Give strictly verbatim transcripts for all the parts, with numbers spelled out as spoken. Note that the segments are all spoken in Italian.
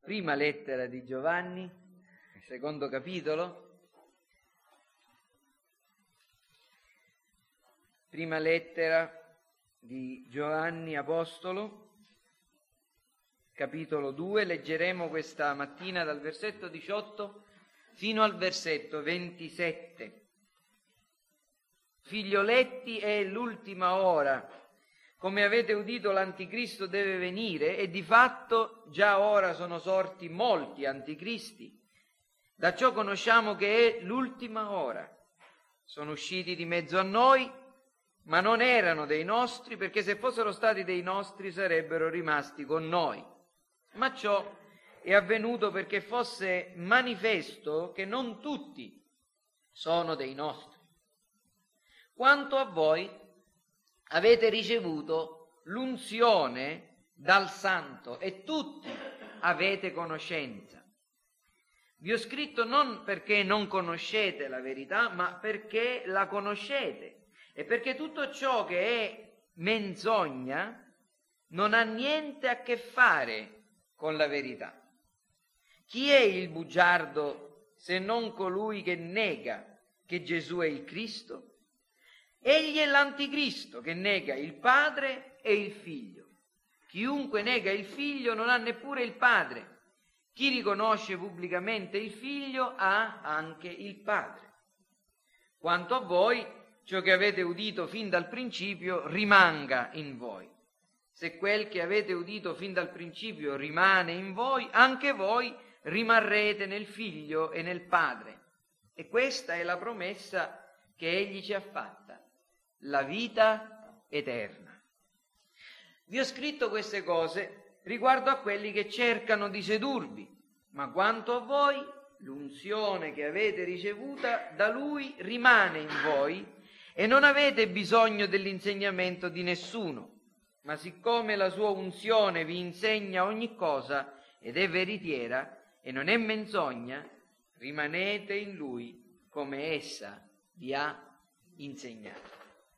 prima lettera di Giovanni, secondo capitolo, prima lettera di Giovanni Apostolo, capitolo due, leggeremo questa mattina dal versetto diciotto fino al versetto ventisette. Figlioletti, è l'ultima ora. Come avete udito, l'anticristo deve venire e di fatto già ora sono sorti molti anticristi. Da ciò conosciamo che è l'ultima ora. Sono usciti di mezzo a noi, ma non erano dei nostri, perché se fossero stati dei nostri sarebbero rimasti con noi. Ma ciò è avvenuto perché fosse manifesto che non tutti sono dei nostri. Quanto a voi, avete ricevuto l'unzione dal Santo e tutti avete conoscenza. Vi ho scritto non perché non conoscete la verità, ma perché la conoscete e perché tutto ciò che è menzogna non ha niente a che fare con la verità. Chi è il bugiardo se non colui che nega che Gesù è il Cristo? Egli è l'anticristo che nega il Padre e il Figlio. Chiunque nega il Figlio non ha neppure il Padre. Chi riconosce pubblicamente il Figlio ha anche il Padre. Quanto a voi, ciò che avete udito fin dal principio rimanga in voi. Se quel che avete udito fin dal principio rimane in voi, anche voi rimarrete nel Figlio e nel Padre. E questa è la promessa che Egli ci ha fatta, la vita eterna. Vi ho scritto queste cose riguardo a quelli che cercano di sedurvi, ma quanto a voi, l'unzione che avete ricevuta da Lui rimane in voi e non avete bisogno dell'insegnamento di nessuno, ma siccome la sua unzione vi insegna ogni cosa ed è veritiera e non è menzogna, rimanete in Lui come essa vi ha insegnato.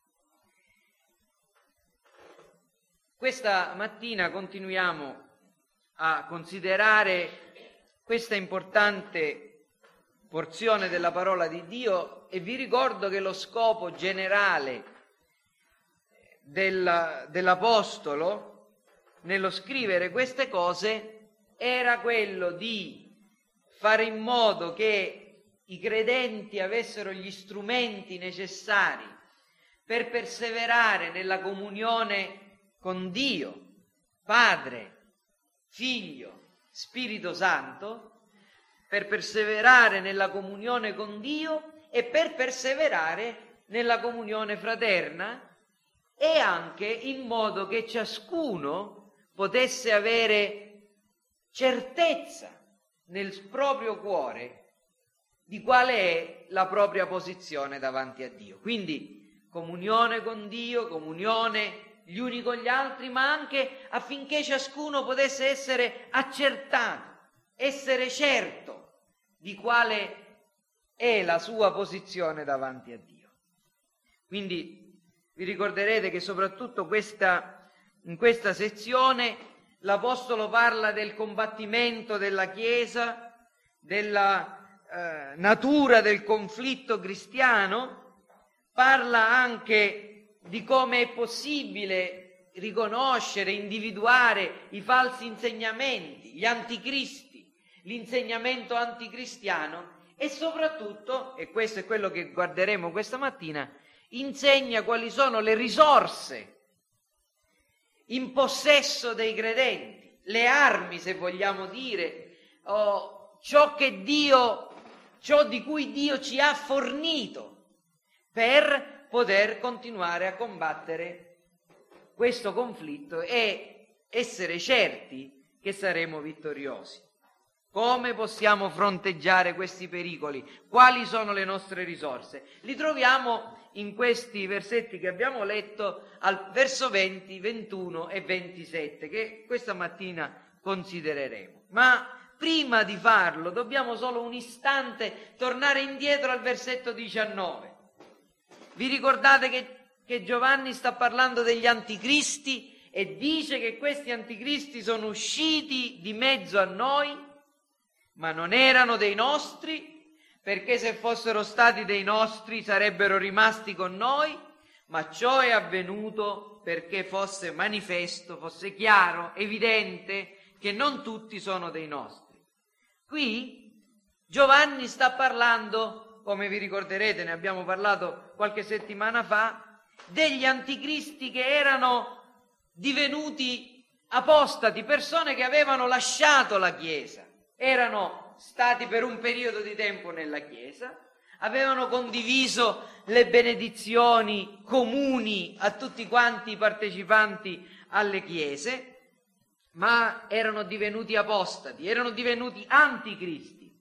Questa mattina continuiamo a considerare questa importante porzione della parola di Dio e vi ricordo che lo scopo generale della, dell'Apostolo nello scrivere queste cose era quello di fare in modo che i credenti avessero gli strumenti necessari per perseverare nella comunione con Dio, Padre, Figlio, Spirito Santo, per perseverare nella comunione con Dio e per perseverare nella comunione fraterna e anche in modo che ciascuno potesse avere certezza nel proprio cuore di quale è la propria posizione davanti a Dio. Quindi comunione con Dio, comunione gli uni con gli altri, ma anche affinché ciascuno potesse essere accertato, essere certo di quale è la sua posizione davanti a Dio. Quindi vi ricorderete che soprattutto questa, in questa sezione l'Apostolo parla del combattimento della Chiesa, della eh, natura del conflitto cristiano, parla anche di come è possibile riconoscere, individuare i falsi insegnamenti, gli anticristi, l'insegnamento anticristiano e soprattutto, e questo è quello che guarderemo questa mattina, insegna quali sono le risorse in possesso dei credenti, le armi, se vogliamo dire, o ciò che Dio, ciò di cui Dio ci ha fornito per poter continuare a combattere questo conflitto e essere certi che saremo vittoriosi. Come possiamo fronteggiare questi pericoli? Quali sono le nostre risorse? Li troviamo in questi versetti che abbiamo letto al verso venti, ventuno e ventisette, che questa mattina considereremo. Ma prima di farlo dobbiamo solo un istante tornare indietro al versetto diciannove. Vi ricordate che, che Giovanni sta parlando degli anticristi e dice che questi anticristi sono usciti di mezzo a noi, ma non erano dei nostri, perché se fossero stati dei nostri sarebbero rimasti con noi, ma ciò è avvenuto perché fosse manifesto, fosse chiaro, evidente che non tutti sono dei nostri. Qui Giovanni sta parlando, come vi ricorderete, ne abbiamo parlato qualche settimana fa, degli anticristi che erano divenuti apostati, persone che avevano lasciato la Chiesa, erano stati per un periodo di tempo nella Chiesa, avevano condiviso le benedizioni comuni a tutti quanti i partecipanti alle chiese, ma erano divenuti apostati, erano divenuti anticristi.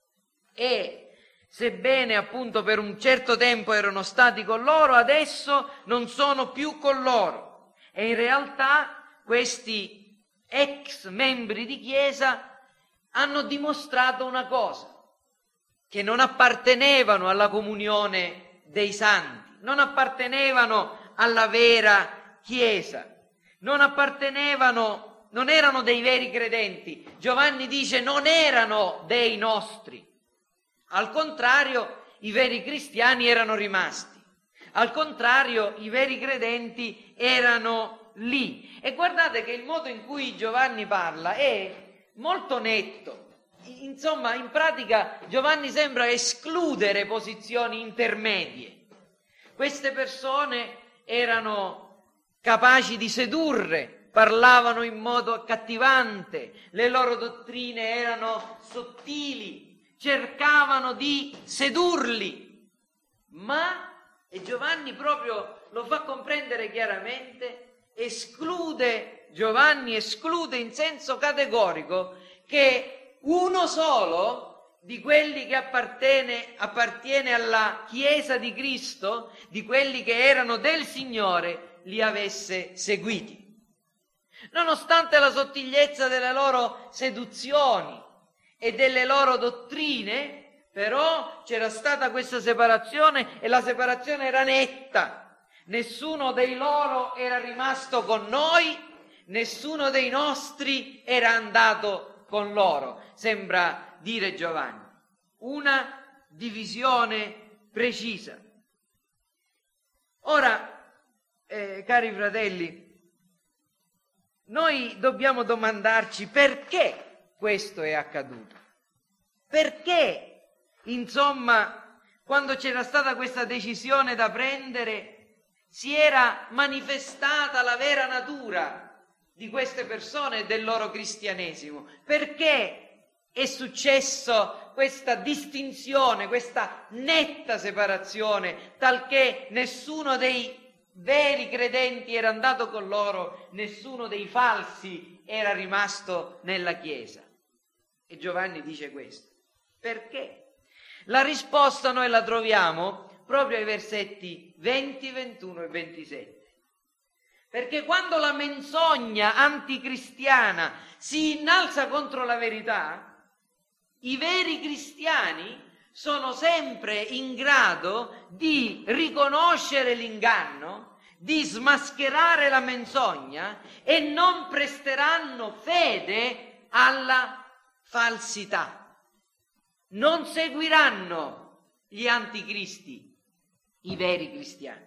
E sebbene appunto per un certo tempo erano stati con loro, adesso non sono più con loro. E in realtà questi ex membri di Chiesa hanno dimostrato una cosa, che non appartenevano alla comunione dei santi, non appartenevano alla vera Chiesa, non appartenevano, non erano dei veri credenti. Giovanni dice non erano dei nostri. Al contrario, i veri cristiani erano rimasti. Al contrario, i veri credenti erano lì. E guardate che il modo in cui Giovanni parla è molto netto. Insomma, in pratica Giovanni sembra escludere posizioni intermedie. Queste persone erano capaci di sedurre, parlavano in modo accattivante, le loro dottrine erano sottili, cercavano di sedurli, ma, e Giovanni proprio lo fa comprendere chiaramente, esclude, Giovanni esclude in senso categorico che uno solo di quelli che appartiene, appartiene alla Chiesa di Cristo, di quelli che erano del Signore, li avesse seguiti. Nonostante la sottigliezza delle loro seduzioni e delle loro dottrine, però c'era stata questa separazione e la separazione era netta. Nessuno dei loro era rimasto con noi, nessuno dei nostri era andato con loro, sembra dire Giovanni. Una divisione precisa. Ora, eh, cari fratelli, noi dobbiamo domandarci perché questo è accaduto. Perché, insomma, quando c'era stata questa decisione da prendere, si era manifestata la vera natura di queste persone e del loro cristianesimo. Perché è successo questa distinzione, questa netta separazione, talché nessuno dei veri credenti era andato con loro, nessuno dei falsi era rimasto nella Chiesa. E Giovanni dice questo. Perché? La risposta noi la troviamo proprio ai versetti venti, ventuno e ventisette. Perché quando la menzogna anticristiana si innalza contro la verità, i veri cristiani sono sempre in grado di riconoscere l'inganno, di smascherare la menzogna e non presteranno fede alla falsità. Non seguiranno gli anticristi, i veri cristiani.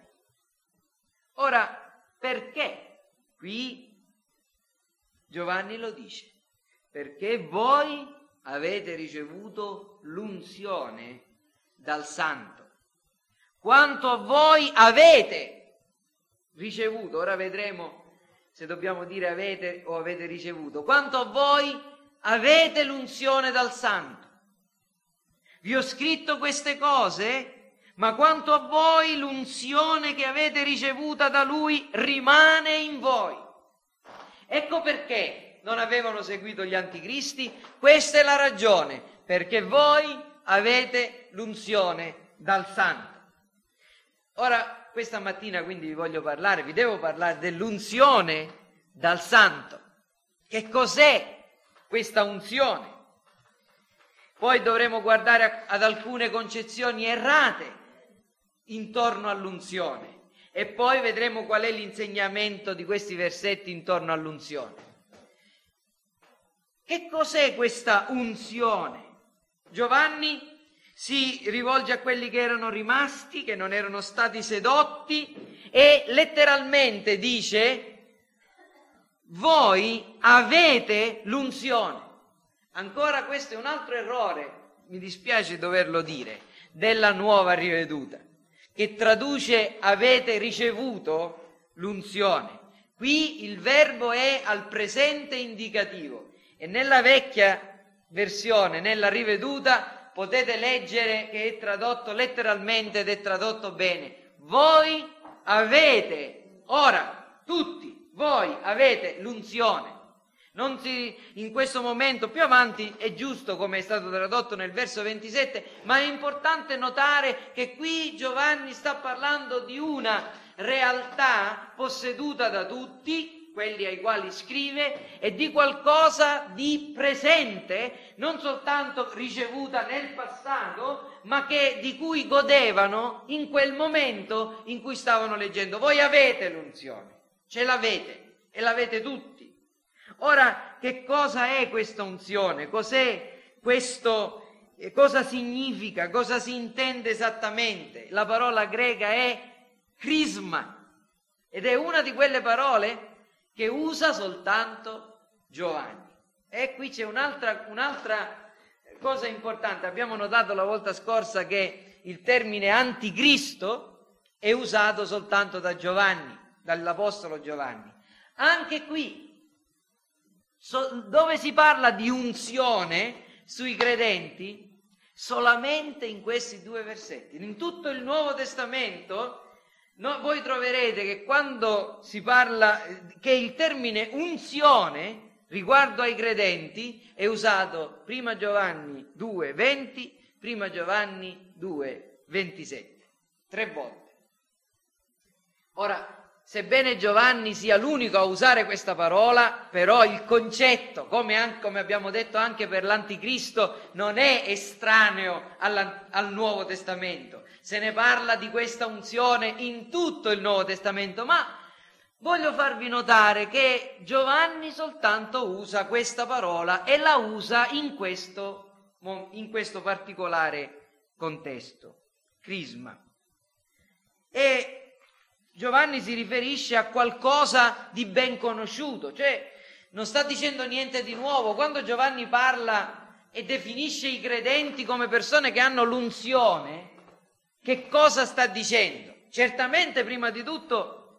Ora, perché? Qui Giovanni lo dice, perché voi avete ricevuto l'unzione dal Santo. Quanto a voi avete ricevuto, ora vedremo se dobbiamo dire avete o avete ricevuto, quanto a voi avete l'unzione dal Santo. Vi ho scritto queste cose, ma quanto a voi l'unzione che avete ricevuta da Lui rimane in voi. Ecco perché non avevano seguito gli anticristi, questa è la ragione, perché voi avete l'unzione dal Santo. Ora, questa mattina quindi vi voglio parlare, vi devo parlare dell'unzione dal Santo. Che cos'è questa unzione? Poi dovremo guardare ad alcune concezioni errate intorno all'unzione e poi vedremo qual è l'insegnamento di questi versetti intorno all'unzione. Che cos'è questa unzione? Giovanni si rivolge a quelli che erano rimasti, che non erano stati sedotti, e letteralmente dice: voi avete l'unzione. Ancora questo è un altro errore, mi dispiace doverlo dire, della nuova riveduta, che traduce avete ricevuto l'unzione. Qui il verbo è al presente indicativo, e nella vecchia versione, nella riveduta, potete leggere che è tradotto letteralmente ed è tradotto bene. Voi avete, ora, tutti, voi avete l'unzione. Non si, in questo momento, più avanti, è giusto come è stato tradotto nel verso ventisette, ma è importante notare che qui Giovanni sta parlando di una realtà posseduta da tutti, quelli ai quali scrive, e di qualcosa di presente, non soltanto ricevuta nel passato, ma che, di cui godevano in quel momento in cui stavano leggendo. Voi avete l'unzione, ce l'avete, e l'avete tutti. Ora, che cosa è questa unzione? Cos'è questo? Eh, cosa significa? Cosa si intende esattamente? La parola greca è crisma, ed è una di quelle parole che usa soltanto Giovanni. E qui c'è un'altra, un'altra cosa importante. Abbiamo notato la volta scorsa che il termine anticristo è usato soltanto da Giovanni, dall'apostolo Giovanni. Anche qui, So, dove si parla di unzione sui credenti, solamente in questi due versetti. In tutto il Nuovo Testamento no, voi troverete che quando si parla, che il termine unzione riguardo ai credenti è usato prima Giovanni due venti, prima Giovanni due ventisette, tre volte. Ora, sebbene Giovanni sia l'unico a usare questa parola, però il concetto, come, anche, come abbiamo detto anche per l'anticristo, non è estraneo alla, al Nuovo Testamento. Se ne parla di questa unzione in tutto il Nuovo Testamento, ma voglio farvi notare che Giovanni soltanto usa questa parola e la usa in questo, in questo particolare contesto, crisma. E Giovanni si riferisce a qualcosa di ben conosciuto, cioè non sta dicendo niente di nuovo. Quando Giovanni parla e definisce i credenti come persone che hanno l'unzione, che cosa sta dicendo? Certamente, prima di tutto,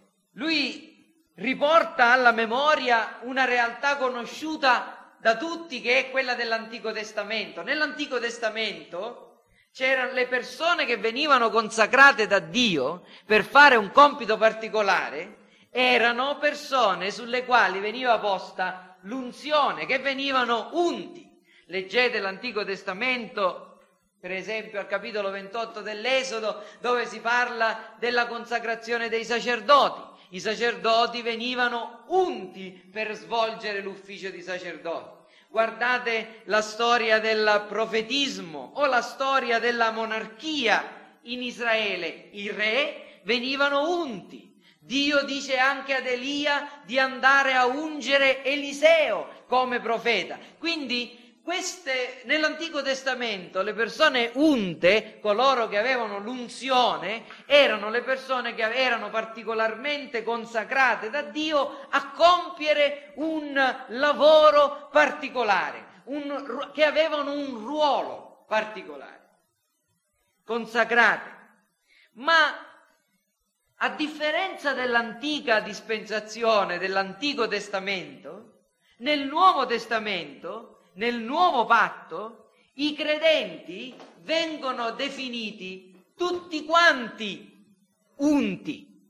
lui riporta alla memoria una realtà conosciuta da tutti, che è quella dell'Antico Testamento. Nell'Antico Testamento c'erano le persone che venivano consacrate da Dio per fare un compito particolare, erano persone sulle quali veniva posta l'unzione, che venivano unti. Leggete l'Antico Testamento, per esempio al capitolo ventotto dell'Esodo, dove si parla della consacrazione dei sacerdoti. I sacerdoti venivano unti per svolgere l'ufficio di sacerdoti. Guardate la storia del profetismo o la storia della monarchia in Israele. I re venivano unti. Dio dice anche ad Elia di andare a ungere Eliseo come profeta. Quindi queste, nell'Antico Testamento le persone unte, coloro che avevano l'unzione, erano le persone che erano particolarmente consacrate da Dio a compiere un lavoro particolare, un, che avevano un ruolo particolare, consacrate. Ma a differenza dell'antica dispensazione, dell'Antico Testamento, nel Nuovo Testamento, nel nuovo patto, i credenti vengono definiti tutti quanti unti.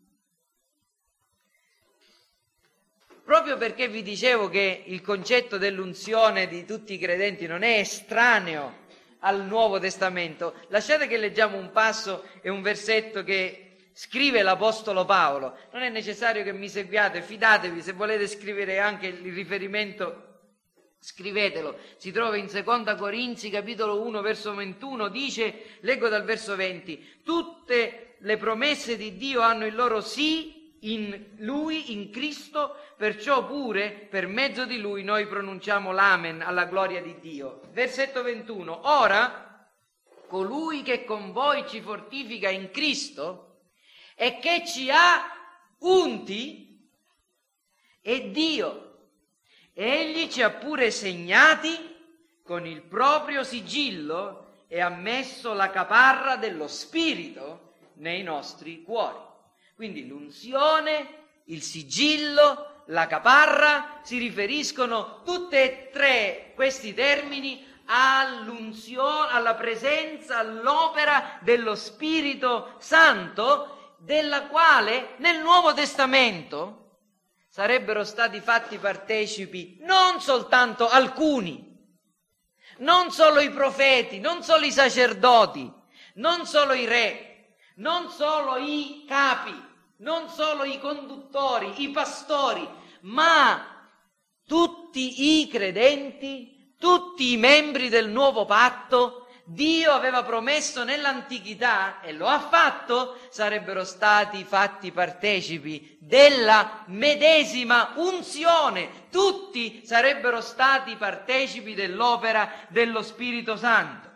Proprio perché vi dicevo che il concetto dell'unzione di tutti i credenti non è estraneo al Nuovo Testamento, lasciate che leggiamo un passo e un versetto che scrive l'Apostolo Paolo. Non è necessario che mi seguiate, fidatevi, se volete scrivere anche il riferimento, scrivetelo. Si trova in Seconda Corinzi capitolo uno verso ventuno, dice, leggo dal verso venti: tutte le promesse di Dio hanno il loro sì in Lui, in Cristo, perciò pure per mezzo di Lui noi pronunciamo l'amen alla gloria di Dio. Versetto ventuno. Ora, colui che con voi ci fortifica in Cristo e che ci ha unti è Dio. Egli ci ha pure segnati con il proprio sigillo e ha messo la caparra dello Spirito nei nostri cuori. Quindi l'unzione, il sigillo, la caparra si riferiscono tutte e tre questi termini all'unzione, alla presenza, all'opera dello Spirito Santo, della quale nel Nuovo Testamento sarebbero stati fatti partecipi non soltanto alcuni, non solo i profeti, non solo i sacerdoti, non solo i re, non solo i capi, non solo i conduttori, i pastori, ma tutti i credenti, tutti i membri del nuovo patto. Dio aveva promesso nell'antichità, e lo ha fatto, sarebbero stati fatti partecipi della medesima unzione. Tutti sarebbero stati partecipi dell'opera dello Spirito Santo.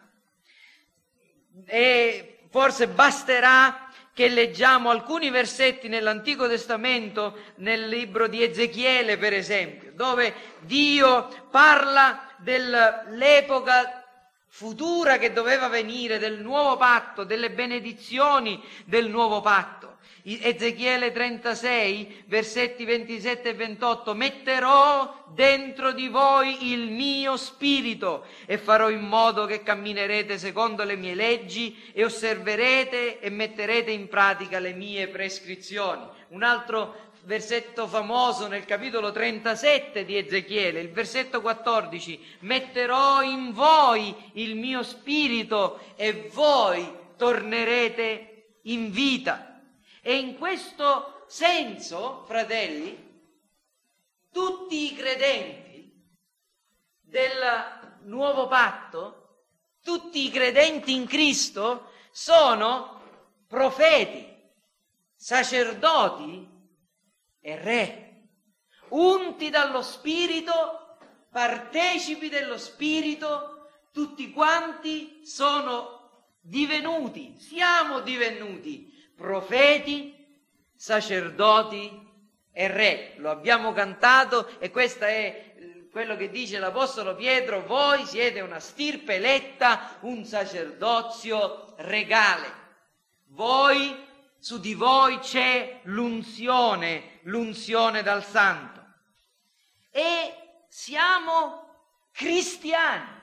E forse basterà che leggiamo alcuni versetti nell'Antico Testamento, nel libro di Ezechiele per esempio, dove Dio parla dell'epoca futura che doveva venire, del nuovo patto, delle benedizioni del nuovo patto. Ezechiele trentasei, versetti ventisette e ventotto: metterò dentro di voi il mio spirito e farò in modo che camminerete secondo le mie leggi e osserverete e metterete in pratica le mie prescrizioni. Un altro versetto famoso nel capitolo trentasette di Ezechiele, il versetto quattordici: metterò in voi il mio spirito e voi tornerete in vita. E in questo senso, fratelli, tutti i credenti del nuovo patto, tutti i credenti in Cristo sono profeti, sacerdoti e re, unti dallo Spirito, partecipi dello Spirito. Tutti quanti sono divenuti, siamo divenuti profeti, sacerdoti e re. Lo abbiamo cantato e questo è quello che dice l'Apostolo Pietro: voi siete una stirpe eletta, un sacerdozio regale. Voi, su di voi c'è l'unzione, l'unzione dal Santo. E siamo cristiani,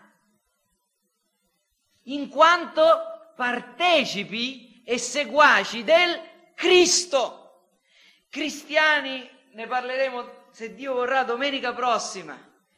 in quanto partecipi e seguaci del Cristo. Cristiani, ne parleremo se Dio vorrà domenica prossima.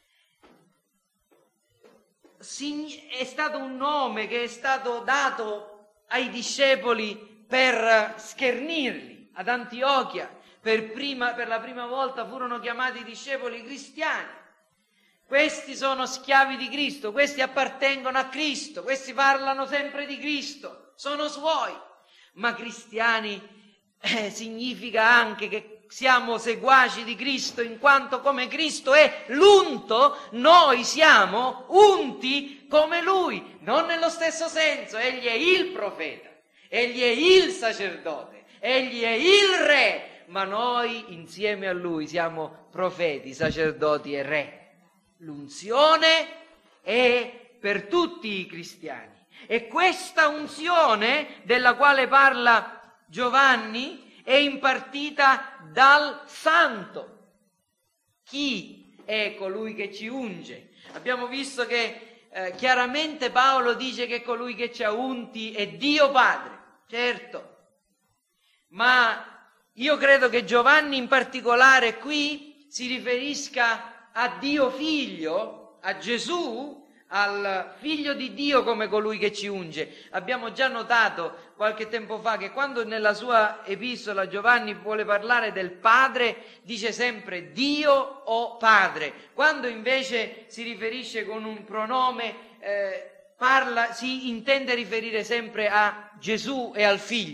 È stato un nome che è stato dato ai discepoli per schernirli. Ad Antiochia per, prima, per la prima volta furono chiamati discepoli cristiani. Questi sono schiavi di Cristo, questi appartengono a Cristo, questi parlano sempre di Cristo, sono suoi. Ma cristiani eh, significa anche che siamo seguaci di Cristo, in quanto come Cristo è l'unto, noi siamo unti come Lui, non nello stesso senso. Egli è il profeta, egli è il sacerdote, egli è il re, ma noi insieme a Lui siamo profeti, sacerdoti e re. L'unzione è per tutti i cristiani. E questa unzione della quale parla Giovanni è impartita dal Santo. Chi è colui che ci unge? Abbiamo visto che eh, chiaramente Paolo dice che colui che ci ha unti è Dio Padre, certo, ma io credo che Giovanni in particolare qui si riferisca a Dio Figlio, a Gesù, al Figlio di Dio come colui che ci unge. Abbiamo già notato qualche tempo fa che quando nella sua epistola Giovanni vuole parlare del Padre dice sempre Dio o Padre, quando invece si riferisce con un pronome eh, parla, si intende riferire sempre a Gesù e al Figlio.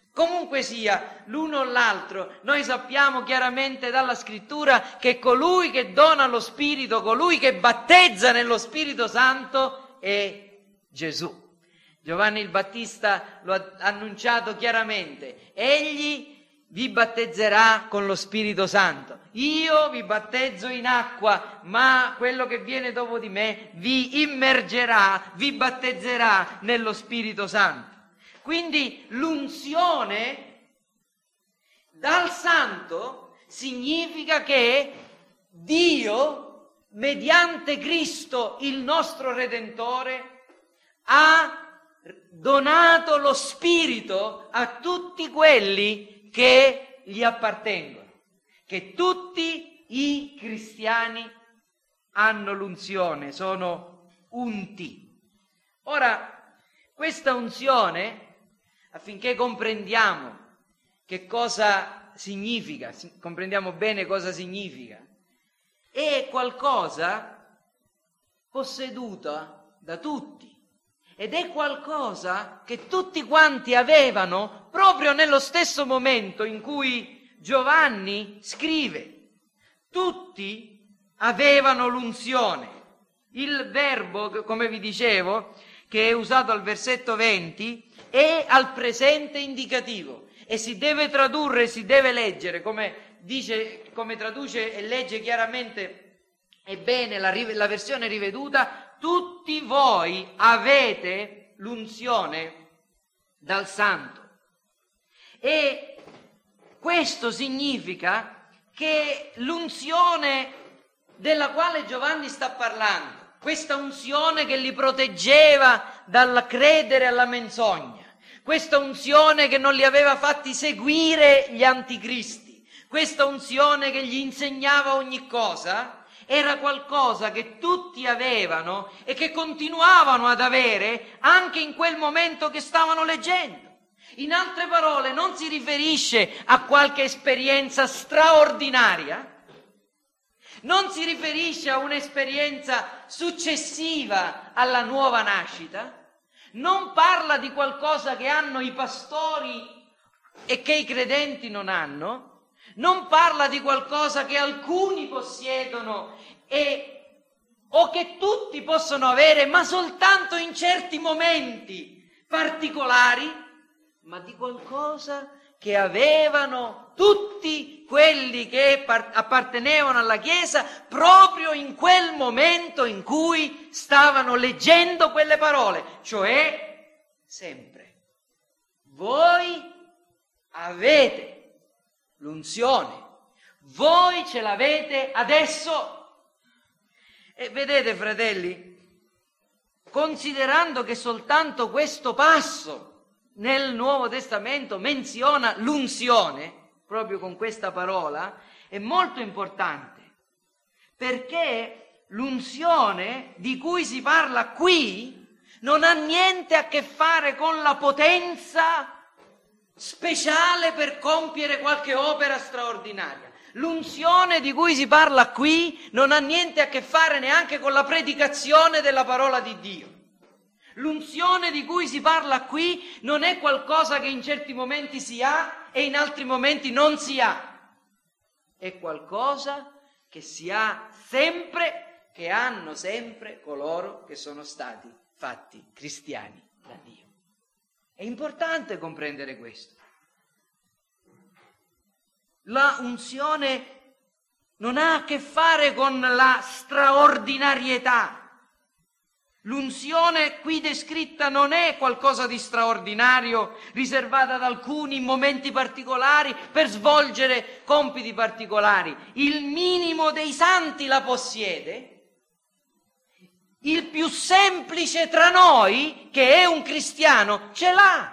Comunque sia, l'uno o l'altro, noi sappiamo chiaramente dalla scrittura che colui che dona lo Spirito, colui che battezza nello Spirito Santo è Gesù. Giovanni il Battista lo ha annunciato chiaramente: egli vi battezzerà con lo Spirito Santo. Io vi battezzo in acqua, ma quello che viene dopo di me vi immergerà, vi battezzerà nello Spirito Santo. Quindi l'unzione dal Santo significa che Dio, mediante Cristo, il nostro Redentore, ha donato lo Spirito a tutti quelli che gli appartengono, che tutti i cristiani hanno l'unzione, sono unti. Ora, questa unzione, affinché comprendiamo che cosa significa, comprendiamo bene cosa significa, è qualcosa posseduta da tutti. Ed è qualcosa che tutti quanti avevano proprio nello stesso momento in cui Giovanni scrive. Tutti avevano l'unzione. Il verbo, come vi dicevo, che è usato al versetto venti, è al presente indicativo e si deve tradurre, si deve leggere, come dice, come traduce e legge chiaramente e bene la, la versione riveduta: tutti voi avete l'unzione dal Santo. E questo significa che l'unzione della quale Giovanni sta parlando, questa unzione che li proteggeva dal credere alla menzogna, questa unzione che non li aveva fatti seguire gli anticristi, questa unzione che gli insegnava ogni cosa, era qualcosa che tutti avevano e che continuavano ad avere anche in quel momento che stavano leggendo. In altre parole, non si riferisce a qualche esperienza straordinaria, non si riferisce a un'esperienza successiva alla nuova nascita, non parla di qualcosa che hanno i pastori e che i credenti non hanno, non parla di qualcosa che alcuni possiedono e, o che tutti possono avere, ma soltanto in certi momenti particolari, ma di qualcosa che avevano tutti quelli che appartenevano alla Chiesa proprio in quel momento in cui stavano leggendo quelle parole, cioè sempre. Voi avete l'unzione, voi ce l'avete adesso. E vedete, fratelli, considerando che soltanto questo passo nel Nuovo Testamento menziona l'unzione, proprio con questa parola, è molto importante, perché l'unzione di cui si parla qui non ha niente a che fare con la potenza speciale per compiere qualche opera straordinaria. L'unzione di cui si parla qui non ha niente a che fare neanche con la predicazione della parola di Dio. L'unzione di cui si parla qui non è qualcosa che in certi momenti si ha e in altri momenti non si ha. È qualcosa che si ha sempre, che hanno sempre coloro che sono stati fatti cristiani da Dio. È importante comprendere questo. La unzione non ha a che fare con la straordinarietà. L'unzione qui descritta non è qualcosa di straordinario, riservata ad alcuni in momenti particolari per svolgere compiti particolari. Il minimo dei santi la possiede. Il più semplice tra noi, che è un cristiano, ce l'ha.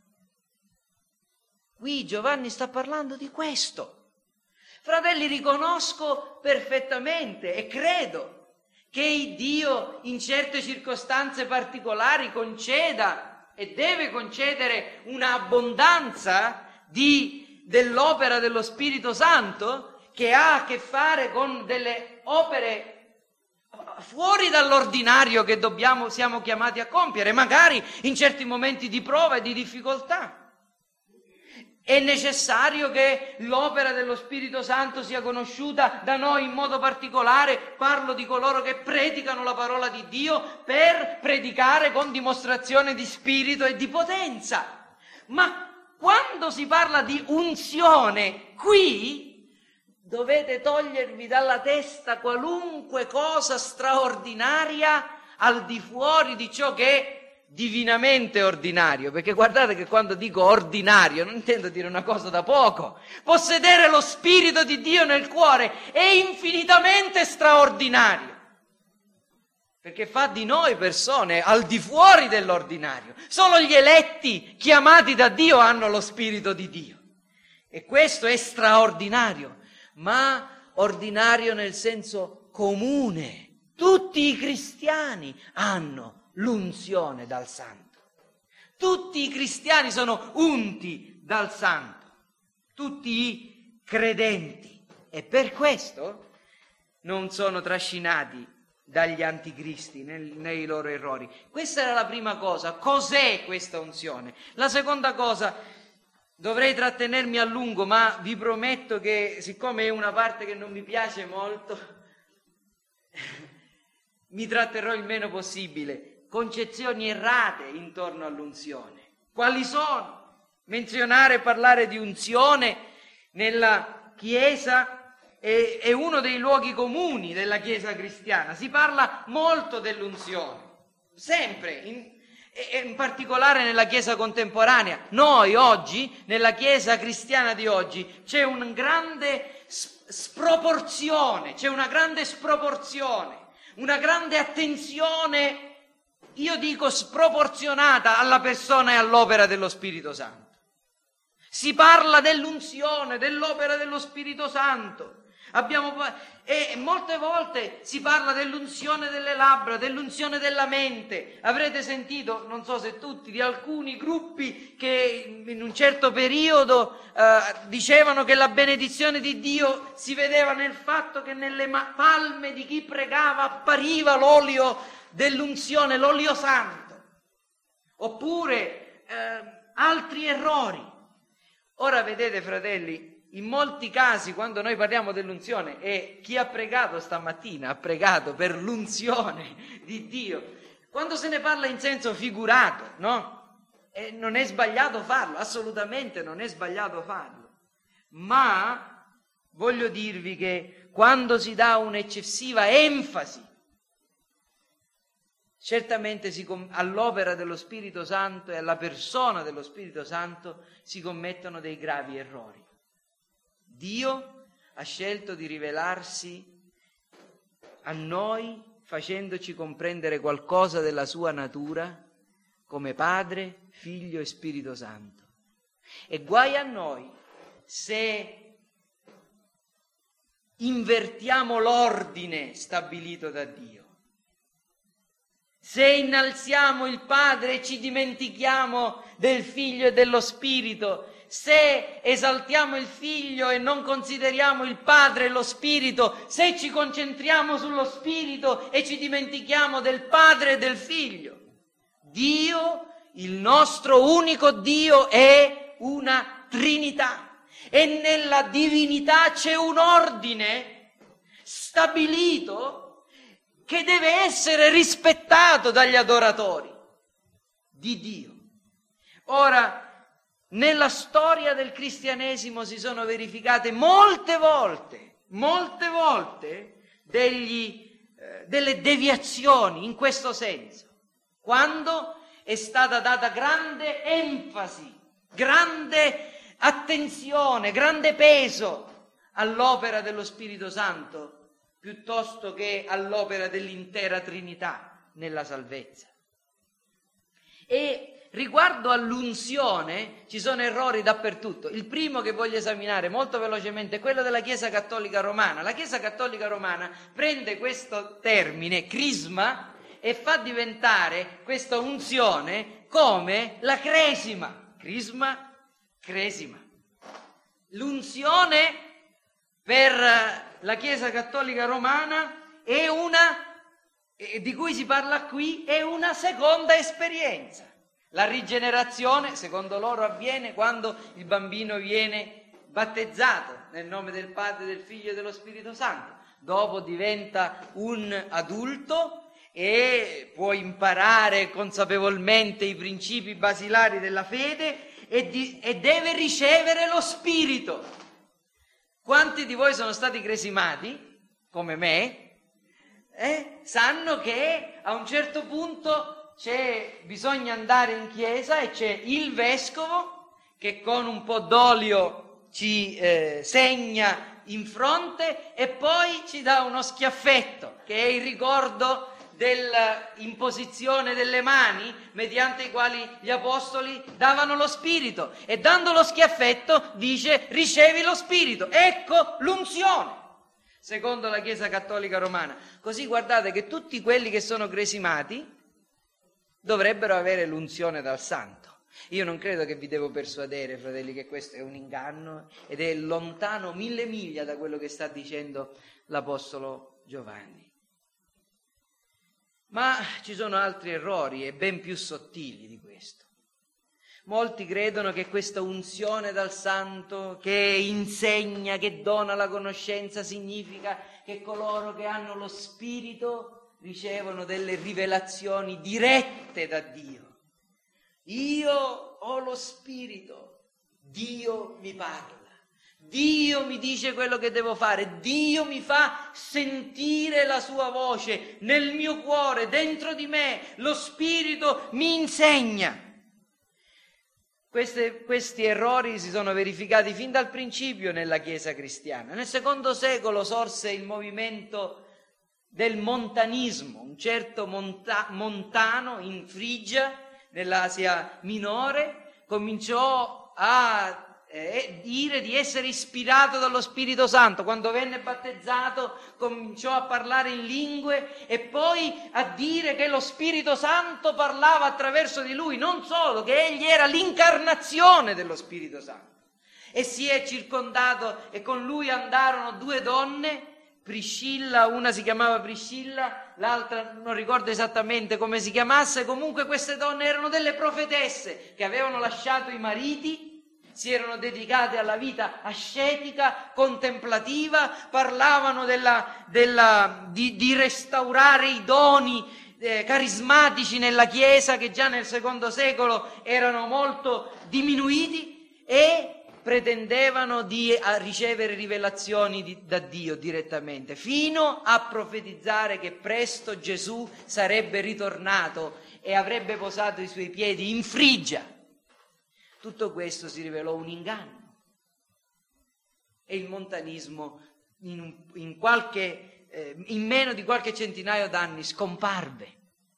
Qui Giovanni sta parlando di questo. Fratelli, riconosco perfettamente e credo che Dio in certe circostanze particolari conceda e deve concedere un'abbondanza di, dell'opera dello Spirito Santo che ha a che fare con delle opere fuori dall'ordinario che dobbiamo, siamo chiamati a compiere, magari in certi momenti di prova e di difficoltà. È necessario che l'opera dello Spirito Santo sia conosciuta da noi in modo particolare. Parlo di coloro che predicano la parola di Dio per predicare con dimostrazione di spirito e di potenza. Ma quando si parla di unzione, qui dovete togliervi dalla testa qualunque cosa straordinaria al di fuori di ciò che è divinamente ordinario, perché guardate che quando dico ordinario non intendo dire una cosa da poco. Possedere lo Spirito di Dio nel cuore è infinitamente straordinario, perché fa di noi persone al di fuori dell'ordinario. Solo gli eletti chiamati da Dio hanno lo Spirito di Dio, e questo è straordinario, ma ordinario nel senso comune. Tutti i cristiani hanno l'unzione dal Santo. Tutti i cristiani sono unti dal Santo, tutti i credenti, e per questo non sono trascinati dagli anticristi nei, nei loro errori. Questa era la prima cosa. Cos'è questa unzione? La seconda cosa, dovrei trattenermi a lungo, ma vi prometto che, siccome è una parte che non mi piace molto, mi tratterrò il meno possibile. Concezioni errate intorno all'unzione. Quali sono? Menzionare e parlare di unzione nella Chiesa è, è uno dei luoghi comuni della Chiesa cristiana. Si parla molto dell'unzione, sempre, in, in particolare nella Chiesa contemporanea. Noi oggi, nella Chiesa cristiana di oggi, c'è una grande sproporzione, c'è una grande sproporzione, una grande attenzione, io dico sproporzionata, alla persona e all'opera dello Spirito Santo. Si parla dell'unzione, dell'opera dello Spirito Santo. Abbiamo, e molte volte si parla dell'unzione delle labbra, dell'unzione della mente. Avrete sentito, non so se tutti, di alcuni gruppi che in un certo periodo eh, dicevano che la benedizione di Dio si vedeva nel fatto che nelle palme di chi pregava appariva l'olio dell'unzione, l'olio santo, oppure eh, altri errori. Ora vedete, fratelli, in molti casi quando noi parliamo dell'unzione, e chi ha pregato stamattina ha pregato per l'unzione di Dio, quando se ne parla in senso figurato, no? E non è sbagliato farlo, assolutamente non è sbagliato farlo, ma voglio dirvi che quando si dà un'eccessiva enfasi certamente si, all'opera dello Spirito Santo e alla persona dello Spirito Santo si commettono dei gravi errori. Dio ha scelto di rivelarsi a noi facendoci comprendere qualcosa della sua natura come Padre, Figlio e Spirito Santo. E guai a noi se invertiamo l'ordine stabilito da Dio. Se innalziamo il Padre e ci dimentichiamo del Figlio e dello Spirito, se esaltiamo il Figlio e non consideriamo il Padre e lo Spirito, se ci concentriamo sullo Spirito e ci dimentichiamo del Padre e del Figlio. Dio, il nostro unico Dio, è una Trinità, e nella divinità c'è un ordine stabilito che deve essere rispettato dagli adoratori di Dio. Ora, nella storia del cristianesimo si sono verificate molte volte, molte volte degli, eh, delle deviazioni in questo senso, quando è stata data grande enfasi, grande attenzione, grande peso all'opera dello Spirito Santo, piuttosto che all'opera dell'intera Trinità nella salvezza. E riguardo all'unzione ci sono errori dappertutto. Il primo che voglio esaminare molto velocemente è quello della Chiesa Cattolica Romana. La Chiesa Cattolica Romana prende questo termine, crisma, e fa diventare questa unzione come la cresima. Crisma, cresima. L'unzione per la Chiesa Cattolica Romana è una, di cui si parla qui, è una seconda esperienza. La rigenerazione, secondo loro, avviene quando il bambino viene battezzato nel nome del Padre, del Figlio e dello Spirito Santo. Dopo diventa un adulto e può imparare consapevolmente i principi basilari della fede e, di, e deve ricevere lo Spirito. Quanti di voi sono stati cresimati, come me, eh, sanno che a un certo punto c'è, bisogna andare in chiesa e c'è il vescovo che con un po' d'olio ci eh, segna in fronte e poi ci dà uno schiaffetto, che è il ricordo dell'imposizione delle mani mediante i quali gli apostoli davano lo Spirito, e dando lo schiaffetto dice: ricevi lo Spirito, ecco l'unzione, secondo la Chiesa Cattolica Romana. Così guardate che tutti quelli che sono cresimati dovrebbero avere l'unzione dal Santo. Io non credo che vi devo persuadere, fratelli, che questo è un inganno ed è lontano mille miglia da quello che sta dicendo l'Apostolo Giovanni. Ma ci sono altri errori e ben più sottili di questo. Molti credono che questa unzione dal Santo, che insegna, che dona la conoscenza, significa che coloro che hanno lo Spirito ricevono delle rivelazioni dirette da Dio. Io ho lo Spirito, Dio mi parla, Dio mi dice quello che devo fare, Dio mi fa sentire la sua voce nel mio cuore, dentro di me, lo Spirito mi insegna. Queste, questi errori si sono verificati fin dal principio nella Chiesa cristiana. Nel secondo secolo sorse il movimento del montanismo, un certo monta- montano in Frigia, nell'Asia minore, cominciò a eh, dire di essere ispirato dallo Spirito Santo. Quando venne battezzato cominciò a parlare in lingue e poi a dire che lo Spirito Santo parlava attraverso di lui, non solo, che egli era l'incarnazione dello Spirito Santo. E si è circondato, e con lui andarono due donne, Priscilla, una si chiamava Priscilla, l'altra non ricordo esattamente come si chiamasse. Comunque queste donne erano delle profetesse che avevano lasciato i mariti, si erano dedicate alla vita ascetica, contemplativa, parlavano della, della, di, di restaurare i doni eh, carismatici nella Chiesa, che già nel secondo secolo erano molto diminuiti, e pretendevano di ricevere rivelazioni di, da Dio direttamente, fino a profetizzare che presto Gesù sarebbe ritornato e avrebbe posato i suoi piedi in Frigia. Tutto questo si rivelò un inganno e il montanismo in, in, qualche, eh, in meno di qualche centinaio d'anni scomparve.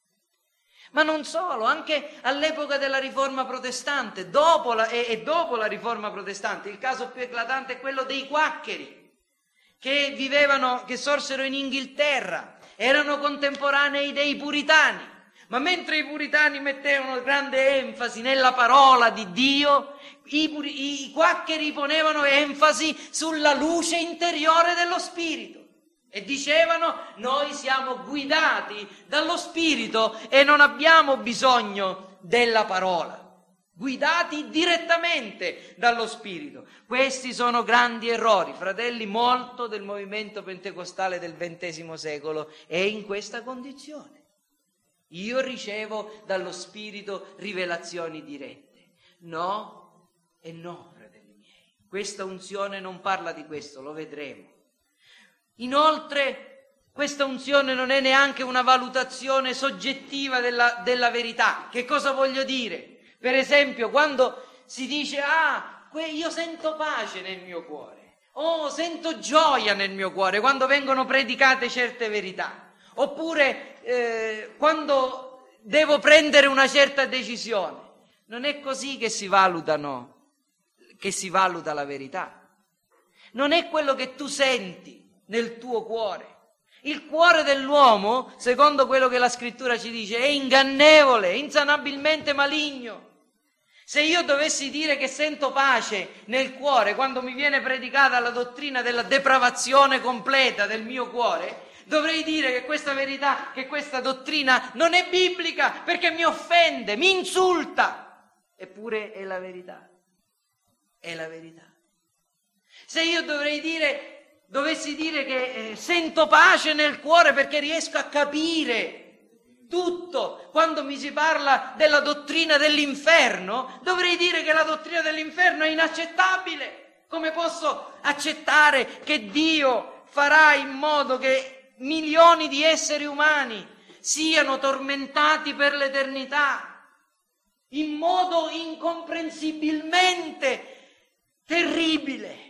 Ma non solo, anche all'epoca della Riforma Protestante, dopo la, e, e dopo la Riforma Protestante, il caso più eclatante è quello dei quaccheri, che vivevano, che sorsero in Inghilterra, erano contemporanei dei puritani, ma mentre i puritani mettevano grande enfasi nella parola di Dio, i, puri, i quaccheri ponevano enfasi sulla luce interiore dello Spirito. E dicevano: noi siamo guidati dallo Spirito e non abbiamo bisogno della parola, guidati direttamente dallo Spirito. Questi sono grandi errori, fratelli. Molto del movimento pentecostale del ventesimo secolo è in questa condizione. Io ricevo dallo Spirito rivelazioni dirette. No e no, fratelli miei. Questa unzione non parla di questo, lo vedremo. Inoltre, questa unzione non è neanche una valutazione soggettiva della, della verità. Che cosa voglio dire? Per esempio, quando si dice: ah, io sento pace nel mio cuore, oh, sento gioia nel mio cuore quando vengono predicate certe verità, oppure eh, quando devo prendere una certa decisione. Non è così che si valutano, che si valuta la verità. Non è quello che tu senti nel tuo cuore. Il cuore dell'uomo, secondo quello che la Scrittura ci dice, è ingannevole, insanabilmente maligno. Se io dovessi dire che sento pace nel cuore quando mi viene predicata la dottrina della depravazione completa del mio cuore, Dovrei dire che questa verità, che questa dottrina non è biblica perché mi offende, mi insulta. Eppure è la verità. È la verità. Se io dovrei dire, dovessi dire che eh, sento pace nel cuore perché riesco a capire tutto, quando mi si parla della dottrina dell'inferno, dovrei dire che la dottrina dell'inferno è inaccettabile. Come posso accettare che Dio farà in modo che milioni di esseri umani siano tormentati per l'eternità in modo incomprensibilmente terribile?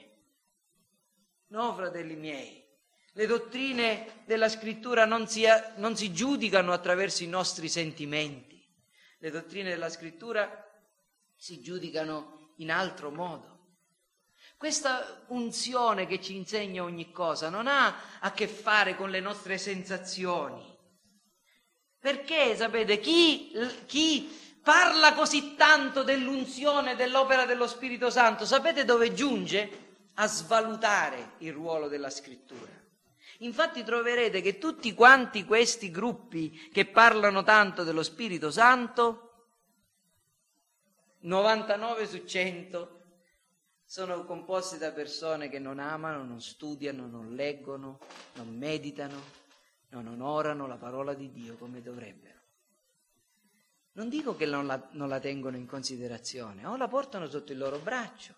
No, fratelli miei. Le dottrine della Scrittura non si, non si giudicano attraverso i nostri sentimenti. Le dottrine della Scrittura si giudicano in altro modo. Questa unzione che ci insegna ogni cosa non ha a che fare con le nostre sensazioni. Perché, sapete, chi, chi parla così tanto dell'unzione, dell'opera dello Spirito Santo, sapete dove giunge? A svalutare il ruolo della Scrittura. Infatti troverete che tutti quanti questi gruppi che parlano tanto dello Spirito Santo, novantanove su cento, sono composti da persone che non amano, non studiano, non leggono, non meditano, non onorano la parola di Dio come dovrebbero. Non dico che non la, non la tengono in considerazione, o la portano sotto il loro braccio,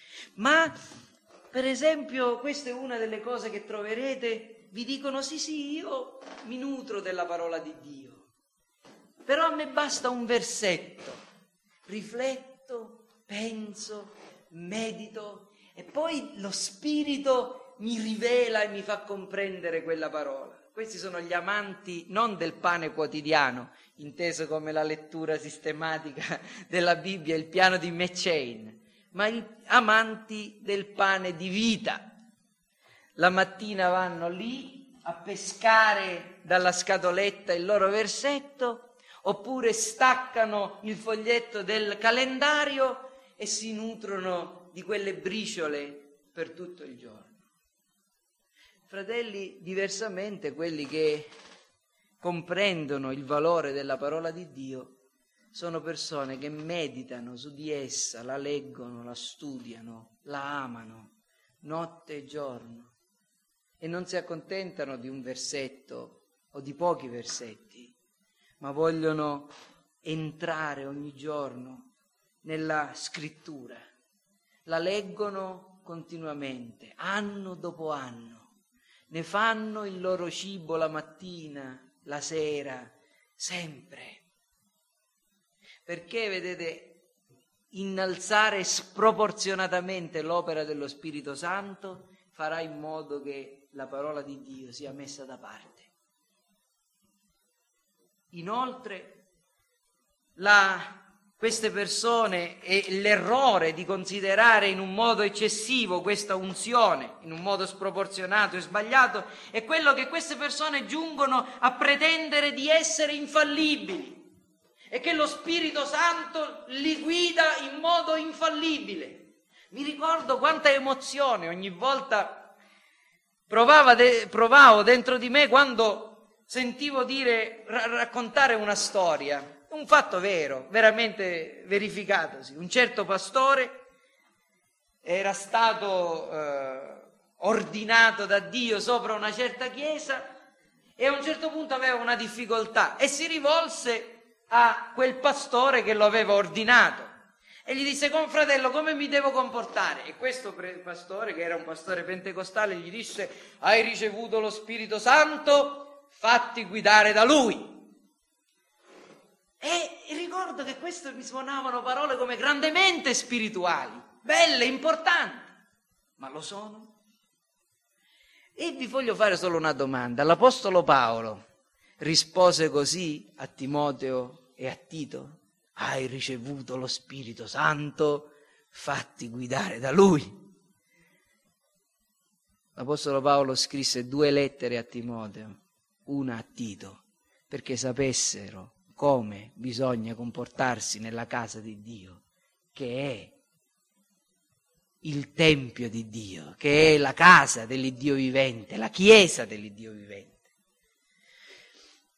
ma per esempio, questa è una delle cose che troverete, vi dicono sì sì, io mi nutro della parola di Dio, però a me basta un versetto, rifletto, penso, medito e poi lo Spirito mi rivela e mi fa comprendere quella parola. Questi sono gli amanti non del pane quotidiano, inteso come la lettura sistematica della Bibbia, il piano di McChain, ma gli amanti del pane di vita. La mattina vanno lì a pescare dalla scatoletta il loro versetto, oppure staccano il foglietto del calendario e si nutrono di quelle briciole per tutto il giorno. Fratelli, diversamente quelli che comprendono il valore della parola di Dio sono persone che meditano su di essa, la leggono, la studiano, la amano, notte e giorno, e non si accontentano di un versetto o di pochi versetti, ma vogliono entrare ogni giorno nella Scrittura. La leggono continuamente, anno dopo anno, ne fanno il loro cibo la mattina, la sera, sempre. Perché, vedete, innalzare sproporzionatamente l'opera dello Spirito Santo farà in modo che la parola di Dio sia messa da parte. Inoltre, la, queste persone e l'errore di considerare in un modo eccessivo questa unzione, in un modo sproporzionato e sbagliato, è quello che queste persone giungono a pretendere di essere infallibili. E che lo Spirito Santo li guida in modo infallibile. Mi ricordo quanta emozione ogni volta provava de, provavo dentro di me quando sentivo dire, ra- raccontare una storia, un fatto vero, veramente verificatosi. Un certo pastore era stato eh, ordinato da Dio sopra una certa chiesa e a un certo punto aveva una difficoltà e si rivolse a quel pastore che lo aveva ordinato e gli disse: confratello, come mi devo comportare? E questo pastore, che era un pastore pentecostale, gli disse: hai ricevuto lo Spirito Santo, fatti guidare da lui. E ricordo che queste mi suonavano parole come grandemente spirituali, belle, importanti, ma lo sono? E vi voglio fare solo una domanda. L'Apostolo Paolo rispose così a Timoteo e a Tito: hai ricevuto lo Spirito Santo, fatti guidare da Lui. L'Apostolo Paolo scrisse due lettere a Timoteo, una a Tito, perché sapessero come bisogna comportarsi nella casa di Dio, che è il Tempio di Dio, che è la casa dell'Iddio vivente, la Chiesa dell'Iddio vivente.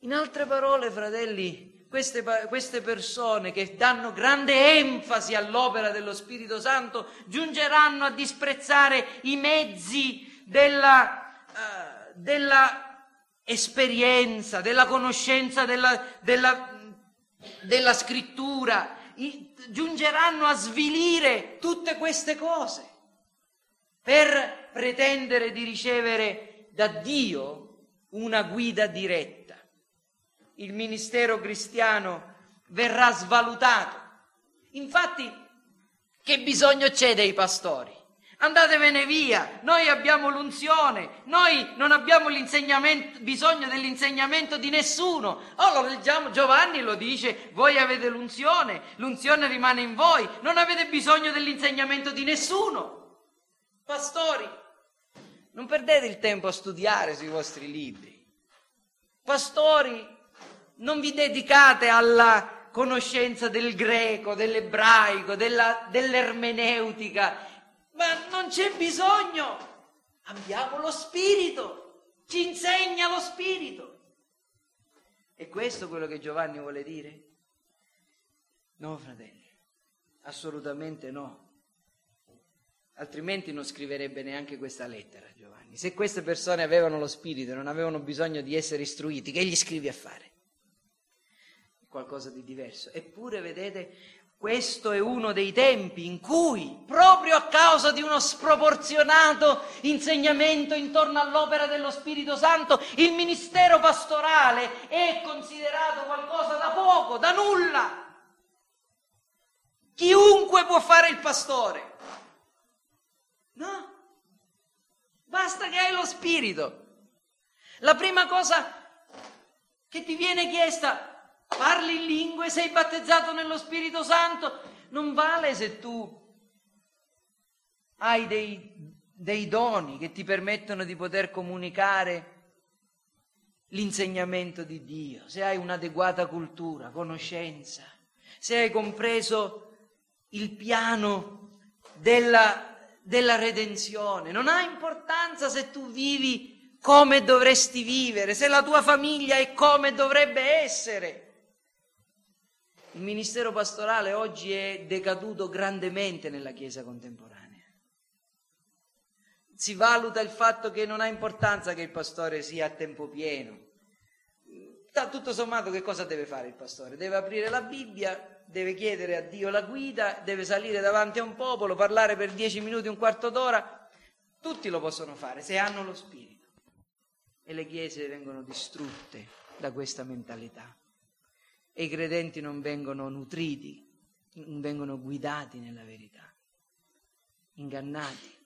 In altre parole, fratelli, queste, queste persone che danno grande enfasi all'opera dello Spirito Santo giungeranno a disprezzare i mezzi della, uh, della esperienza, della conoscenza della, della, della scrittura, I, giungeranno a svilire tutte queste cose per pretendere di ricevere da Dio una guida diretta. Il ministero cristiano verrà svalutato. Infatti, che bisogno c'è dei pastori? Andatevene via, noi abbiamo l'unzione, noi non abbiamo l'insegnamento, bisogno dell'insegnamento di nessuno. Oh, lo leggiamo, Giovanni lo dice, voi avete l'unzione, l'unzione rimane in voi, non avete bisogno dell'insegnamento di nessuno. Pastori, non perdete il tempo a studiare sui vostri libri. Pastori, non vi dedicate alla conoscenza del greco, dell'ebraico, della, dell'ermeneutica, ma non c'è bisogno. Abbiamo lo Spirito, ci insegna lo Spirito. È questo quello che Giovanni vuole dire? No, fratelli, assolutamente no. Altrimenti non scriverebbe neanche questa lettera, Giovanni. Se queste persone avevano lo Spirito e non avevano bisogno di essere istruiti, che gli scrivi a fare? Qualcosa di diverso. Eppure, vedete, questo è uno dei tempi in cui, proprio a causa di uno sproporzionato insegnamento intorno all'opera dello Spirito Santo, il ministero pastorale è considerato qualcosa da poco, da nulla. Chiunque può fare il pastore. No? Basta che hai lo Spirito. La prima cosa che ti viene chiesta: parli in lingue, sei battezzato nello Spirito Santo? Non vale se tu hai dei, dei doni che ti permettono di poter comunicare l'insegnamento di Dio, se hai un'adeguata cultura, conoscenza, se hai compreso il piano della, della redenzione. Non ha importanza se tu vivi come dovresti vivere, se la tua famiglia è come dovrebbe essere. Il ministero pastorale oggi è decaduto grandemente nella Chiesa contemporanea. Si valuta il fatto che non ha importanza che il pastore sia a tempo pieno. Tutto sommato, che cosa deve fare il pastore? Deve aprire la Bibbia, deve chiedere a Dio la guida, deve salire davanti a un popolo, parlare per dieci minuti, un quarto d'ora. Tutti lo possono fare se hanno lo Spirito. E le chiese vengono distrutte da questa mentalità. E i credenti non vengono nutriti, non vengono guidati nella verità, ingannati.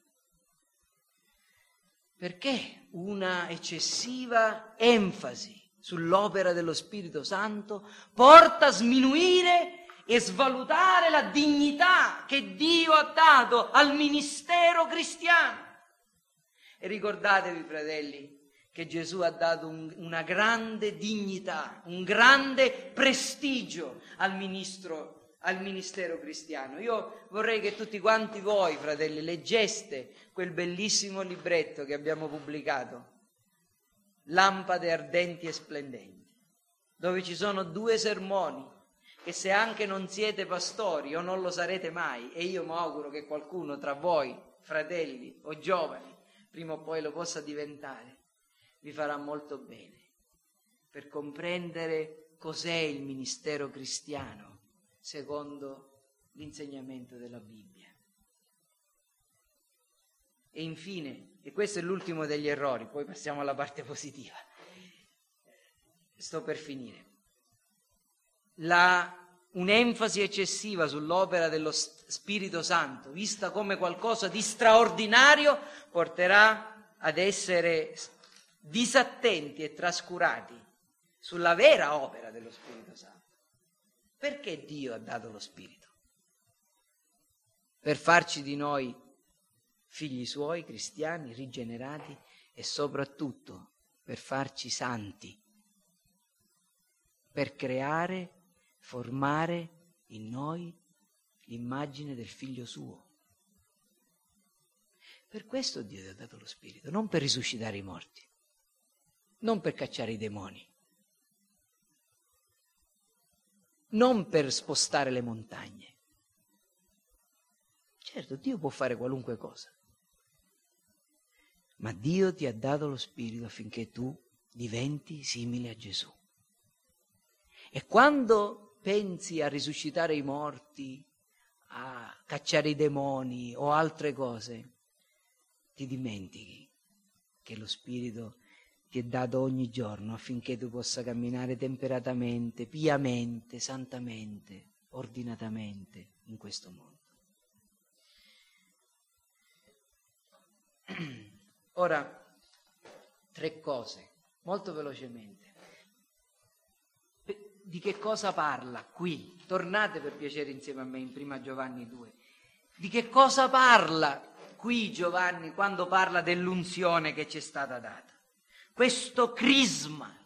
Perché una eccessiva enfasi sull'opera dello Spirito Santo porta a sminuire e svalutare la dignità che Dio ha dato al ministero cristiano. E ricordatevi, fratelli, che Gesù ha dato un, una grande dignità, un grande prestigio al ministro, al ministero cristiano. Io vorrei che tutti quanti voi, fratelli, leggeste quel bellissimo libretto che abbiamo pubblicato, Lampade ardenti e splendenti, dove ci sono due sermoni che, se anche non siete pastori o non lo sarete mai, e io mi auguro che qualcuno tra voi, fratelli o giovani, prima o poi lo possa diventare, vi farà molto bene per comprendere cos'è il ministero cristiano secondo l'insegnamento della Bibbia. E infine, e questo è l'ultimo degli errori, poi passiamo alla parte positiva, sto per finire, la, un'enfasi eccessiva sull'opera dello Spirito Santo, vista come qualcosa di straordinario, porterà ad essere disattenti e trascurati sulla vera opera dello Spirito Santo. Perché Dio ha dato lo Spirito? Per farci di noi figli suoi, cristiani, rigenerati, e soprattutto per farci santi, per creare, formare in noi l'immagine del figlio suo. Per questo Dio ti ha dato lo Spirito, non per risuscitare i morti, non per cacciare i demoni, non per spostare le montagne. Certo, Dio può fare qualunque cosa, ma Dio ti ha dato lo Spirito affinché tu diventi simile a Gesù. E quando pensi a risuscitare i morti, a cacciare i demoni o altre cose, ti dimentichi che lo Spirito ti è dato ogni giorno affinché tu possa camminare temperatamente, piamente, santamente, ordinatamente in questo mondo. Ora, tre cose, molto velocemente. Di che cosa parla qui? Tornate per piacere insieme a me in prima Giovanni due. Di che cosa parla qui Giovanni quando parla dell'unzione che ci è stata data? Questo crisma.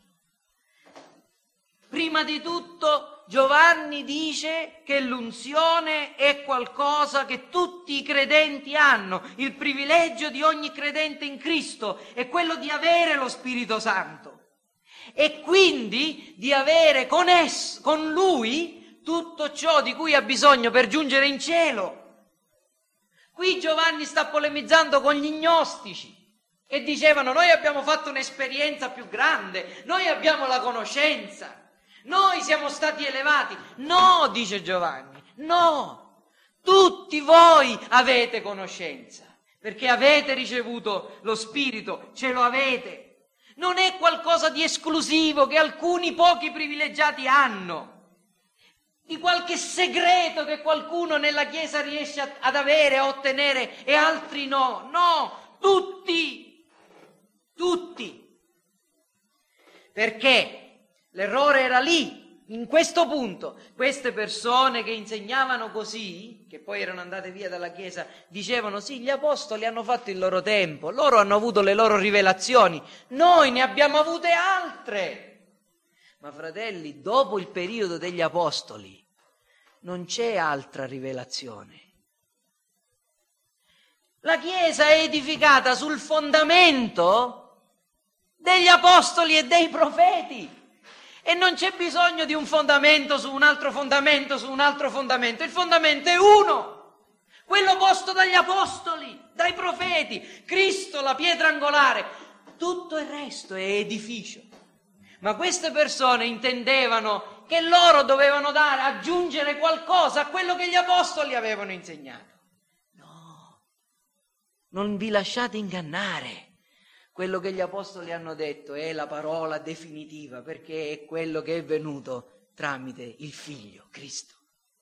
Prima di tutto Giovanni dice che l'unzione è qualcosa che tutti i credenti hanno. Il privilegio di ogni credente in Cristo è quello di avere lo Spirito Santo e quindi di avere con esso, con Lui, tutto ciò di cui ha bisogno per giungere in cielo. Qui Giovanni sta polemizzando con gli gnostici che dicevano: noi abbiamo fatto un'esperienza più grande, noi abbiamo la conoscenza, noi siamo stati elevati. No, dice Giovanni, no, tutti voi avete conoscenza, perché avete ricevuto lo Spirito, ce lo avete. Non è qualcosa di esclusivo che alcuni pochi privilegiati hanno, di qualche segreto che qualcuno nella Chiesa riesce a, ad avere, a ottenere e altri no. No, tutti, tutti. Perché l'errore era lì, in questo punto. Queste persone che insegnavano così, che poi erano andate via dalla Chiesa, dicevano: sì, gli apostoli hanno fatto il loro tempo, loro hanno avuto le loro rivelazioni, noi ne abbiamo avute altre. Ma fratelli, dopo il periodo degli apostoli non c'è altra rivelazione. La Chiesa è edificata sul fondamento degli apostoli e dei profeti. E non c'è bisogno di un fondamento su un altro fondamento su un altro fondamento. Il fondamento è uno, quello posto dagli apostoli, dai profeti, Cristo, la pietra angolare. Tutto il resto è edificio. Ma queste persone intendevano che loro dovevano dare, aggiungere qualcosa a quello che gli apostoli avevano insegnato. No, non vi lasciate ingannare. Quello che gli apostoli hanno detto è la parola definitiva, perché è quello che è venuto tramite il Figlio, Cristo.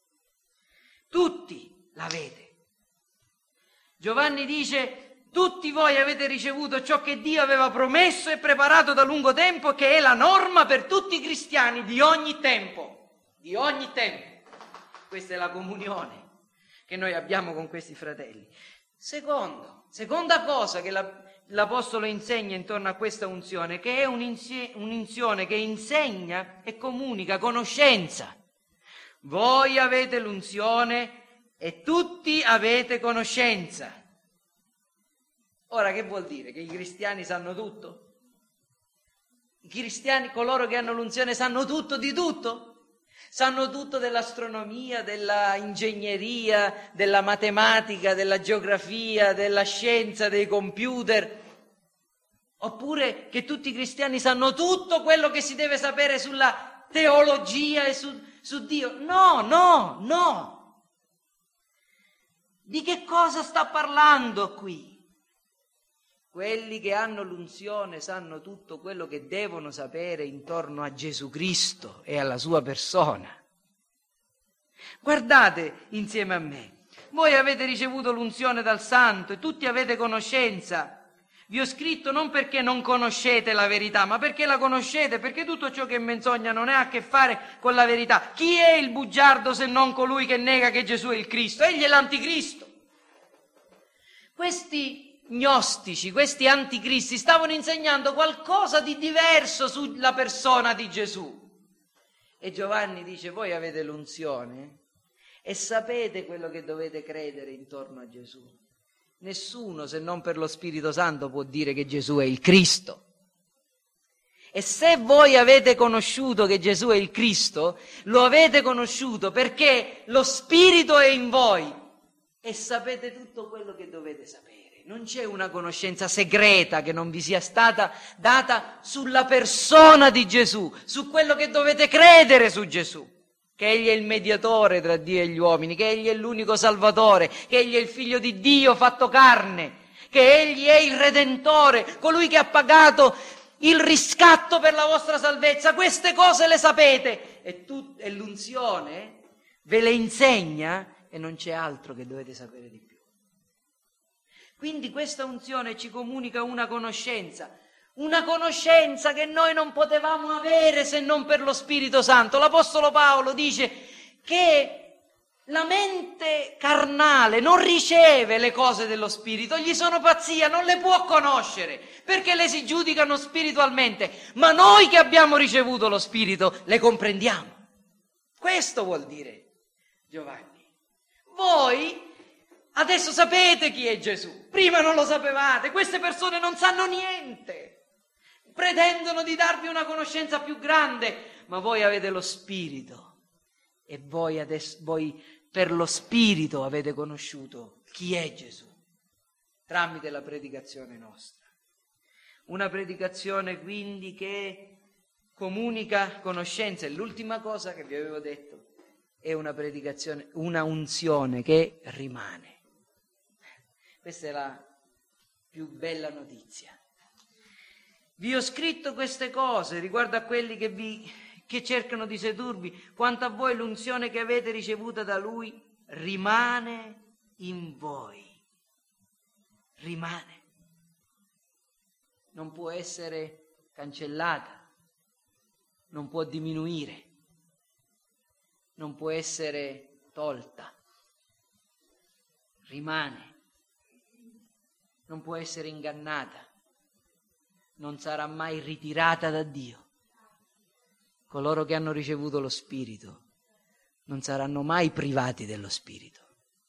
Tutti l'avete. Giovanni dice: tutti voi avete ricevuto ciò che Dio aveva promesso e preparato da lungo tempo, che è la norma per tutti i cristiani di ogni tempo. Di ogni tempo. Questa è la comunione che noi abbiamo con questi fratelli. Secondo, seconda cosa che la L'Apostolo insegna intorno a questa unzione, che è un'unzione che insegna e comunica conoscenza. Voi avete l'unzione e tutti avete conoscenza. Ora, che vuol dire? Che i cristiani sanno tutto? I cristiani, coloro che hanno l'unzione, sanno tutto di tutto? Sanno tutto dell'astronomia, della ingegneria, della matematica, della geografia, della scienza, dei computer? Oppure che tutti i cristiani sanno tutto quello che si deve sapere sulla teologia e su, su Dio? No, no, no. Di che cosa sta parlando qui? Quelli che hanno l'unzione sanno tutto quello che devono sapere intorno a Gesù Cristo e alla sua persona. Guardate insieme a me. Voi avete ricevuto l'unzione dal Santo e tutti avete conoscenza. Vi ho scritto non perché non conoscete la verità, ma perché la conoscete, perché tutto ciò che è menzogna non ha a che fare con la verità. Chi è il bugiardo se non colui che nega che Gesù è il Cristo? Egli è l'anticristo. Questi gnostici, questi anticristi, stavano insegnando qualcosa di diverso sulla persona di Gesù. E Giovanni dice: voi avete l'unzione e sapete quello che dovete credere intorno a Gesù. Nessuno, se non per lo Spirito Santo, può dire che Gesù è il Cristo. E se voi avete conosciuto che Gesù è il Cristo, lo avete conosciuto perché lo Spirito è in voi e sapete tutto quello che dovete sapere. Non c'è una conoscenza segreta che non vi sia stata data sulla persona di Gesù, su quello che dovete credere su Gesù, che Egli è il mediatore tra Dio e gli uomini, che Egli è l'unico Salvatore, che Egli è il Figlio di Dio fatto carne, che Egli è il Redentore, colui che ha pagato il riscatto per la vostra salvezza. Queste cose le sapete e, tu, e l'unzione ve le insegna e non c'è altro che dovete sapere di più. Quindi questa unzione ci comunica una conoscenza, una conoscenza che noi non potevamo avere se non per lo Spirito Santo. L'Apostolo Paolo dice che la mente carnale non riceve le cose dello Spirito, gli sono pazzia, non le può conoscere, perché le si giudicano spiritualmente, ma noi che abbiamo ricevuto lo Spirito le comprendiamo. Questo vuol dire Giovanni. Voi adesso sapete chi è Gesù, prima non lo sapevate, queste persone non sanno niente, pretendono di darvi una conoscenza più grande, ma voi avete lo Spirito e voi, adesso, voi per lo Spirito avete conosciuto chi è Gesù, tramite la predicazione nostra. Una predicazione quindi che comunica conoscenza. E l'ultima cosa che vi avevo detto è una predicazione, una unzione che rimane. Questa è la più bella notizia. Vi ho scritto queste cose riguardo a quelli che, vi, che cercano di sedurvi. Quanto a voi l'unzione che avete ricevuta da Lui rimane in voi. Rimane. Non può essere cancellata, non può diminuire, non può essere tolta. Rimane. Non può essere ingannata, non sarà mai ritirata da Dio. Coloro che hanno ricevuto lo Spirito non saranno mai privati dello Spirito.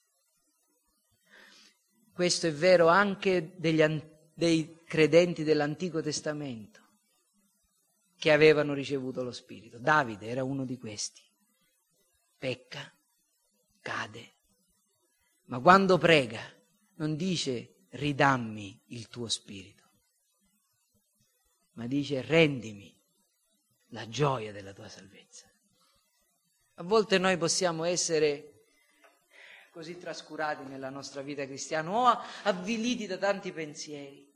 Questo è vero anche degli, dei credenti dell'Antico Testamento che avevano ricevuto lo Spirito. Davide era uno di questi. Pecca, cade, ma quando prega non dice ridammi il tuo spirito, ma dice rendimi la gioia della tua salvezza. A volte noi possiamo essere così trascurati nella nostra vita cristiana o avviliti da tanti pensieri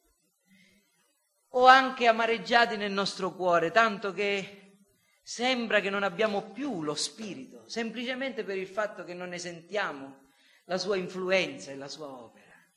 o anche amareggiati nel nostro cuore, tanto che sembra che non abbiamo più lo Spirito, semplicemente per il fatto che non ne sentiamo la sua influenza e la sua opera.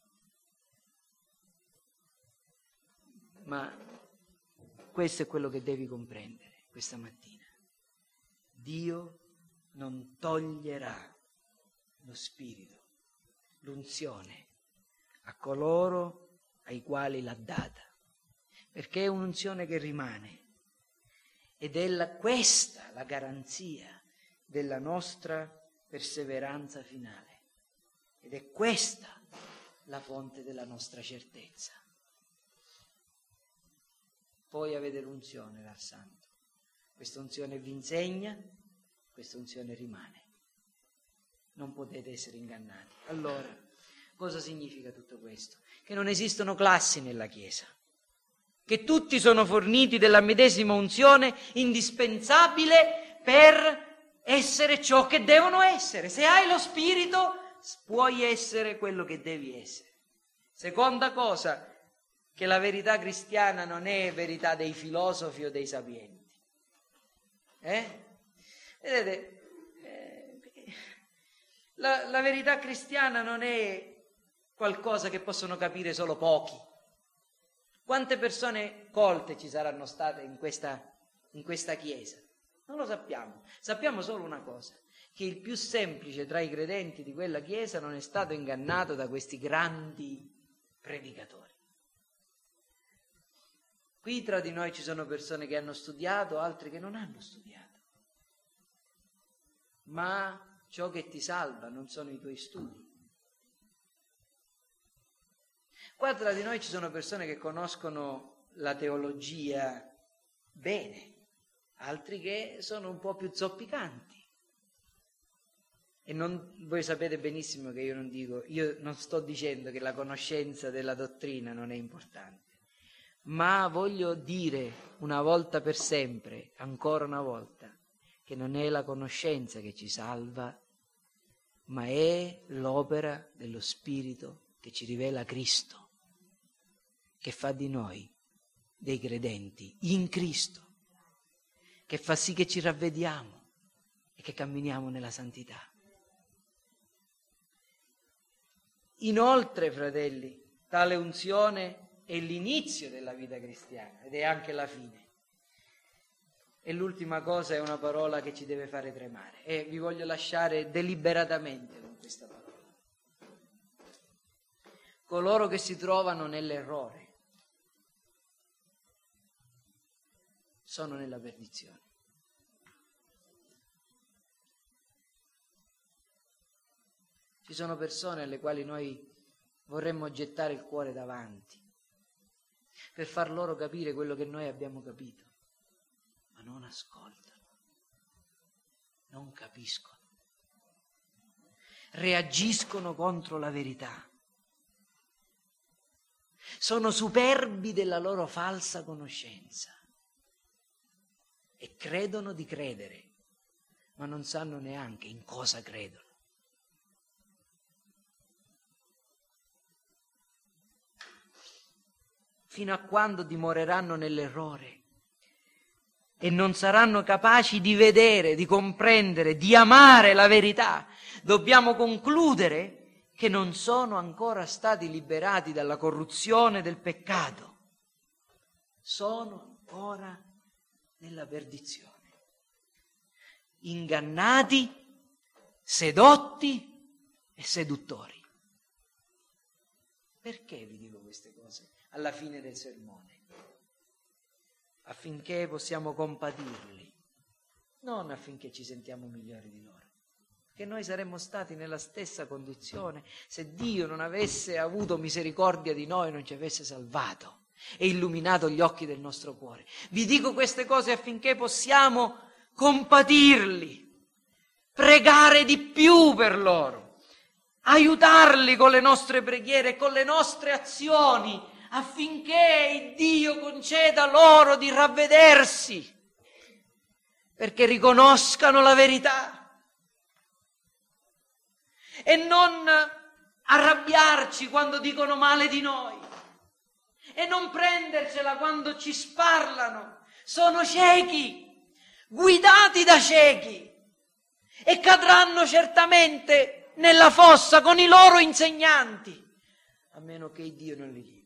Ma questo è quello che devi comprendere questa mattina. Dio non toglierà lo Spirito, l'unzione, a coloro ai quali l'ha data, perché è un'unzione che rimane ed è la, questa la garanzia della nostra perseveranza finale ed è questa la fonte della nostra certezza. Poi avete l'unzione dal Santo. Questa unzione vi insegna, questa unzione rimane. Non potete essere ingannati. Allora, cosa significa tutto questo? Che non esistono classi nella Chiesa, che tutti sono forniti della medesima unzione indispensabile per essere ciò che devono essere. Se hai lo Spirito, puoi essere quello che devi essere. Seconda cosa, che la verità cristiana non è verità dei filosofi o dei sapienti. Eh? Vedete, eh, la, la verità cristiana non è qualcosa che possono capire solo pochi. Quante persone colte ci saranno state in questa, in questa Chiesa? Non lo sappiamo. Sappiamo solo una cosa, che il più semplice tra i credenti di quella Chiesa non è stato ingannato da questi grandi predicatori. Qui tra di noi ci sono persone che hanno studiato, altri che non hanno studiato. Ma ciò che ti salva non sono i tuoi studi. Qua tra di noi ci sono persone che conoscono la teologia bene, altri che sono un po' più zoppicanti. E non, voi sapete benissimo che io non dico, io non sto dicendo che la conoscenza della dottrina non è importante, ma voglio dire una volta per sempre, ancora una volta, che non è la conoscenza che ci salva, ma è l'opera dello Spirito che ci rivela Cristo, che fa di noi dei credenti in Cristo, che fa sì che ci ravvediamo e che camminiamo nella santità. Inoltre, fratelli, tale unzione è l'inizio della vita cristiana ed è anche la fine. E l'ultima cosa è una parola che ci deve fare tremare e vi voglio lasciare deliberatamente con questa parola. Coloro che si trovano nell'errore sono nella perdizione. Ci sono persone alle quali noi vorremmo gettare il cuore davanti per far loro capire quello che noi abbiamo capito, ma non ascoltano, non capiscono, reagiscono contro la verità, sono superbi della loro falsa conoscenza e credono di credere, ma non sanno neanche in cosa credono. Fino a quando dimoreranno nell'errore e non saranno capaci di vedere, di comprendere, di amare la verità, dobbiamo concludere che non sono ancora stati liberati dalla corruzione del peccato. Sono ancora nella perdizione, ingannati, sedotti e seduttori. Perché vi dico queste cose alla fine del sermone? Affinché possiamo compatirli, non affinché ci sentiamo migliori di loro, perché noi saremmo stati nella stessa condizione se Dio non avesse avuto misericordia di noi, non ci avesse salvato e illuminato gli occhi del nostro cuore. Vi dico queste cose affinché possiamo compatirli, pregare di più per loro, aiutarli con le nostre preghiere e con le nostre azioni, affinché Dio conceda loro di ravvedersi, perché riconoscano la verità e non arrabbiarci quando dicono male di noi e non prendercela quando ci sparlano. Sono ciechi, guidati da ciechi, e cadranno certamente nella fossa con i loro insegnanti, a meno che Dio non li liberi.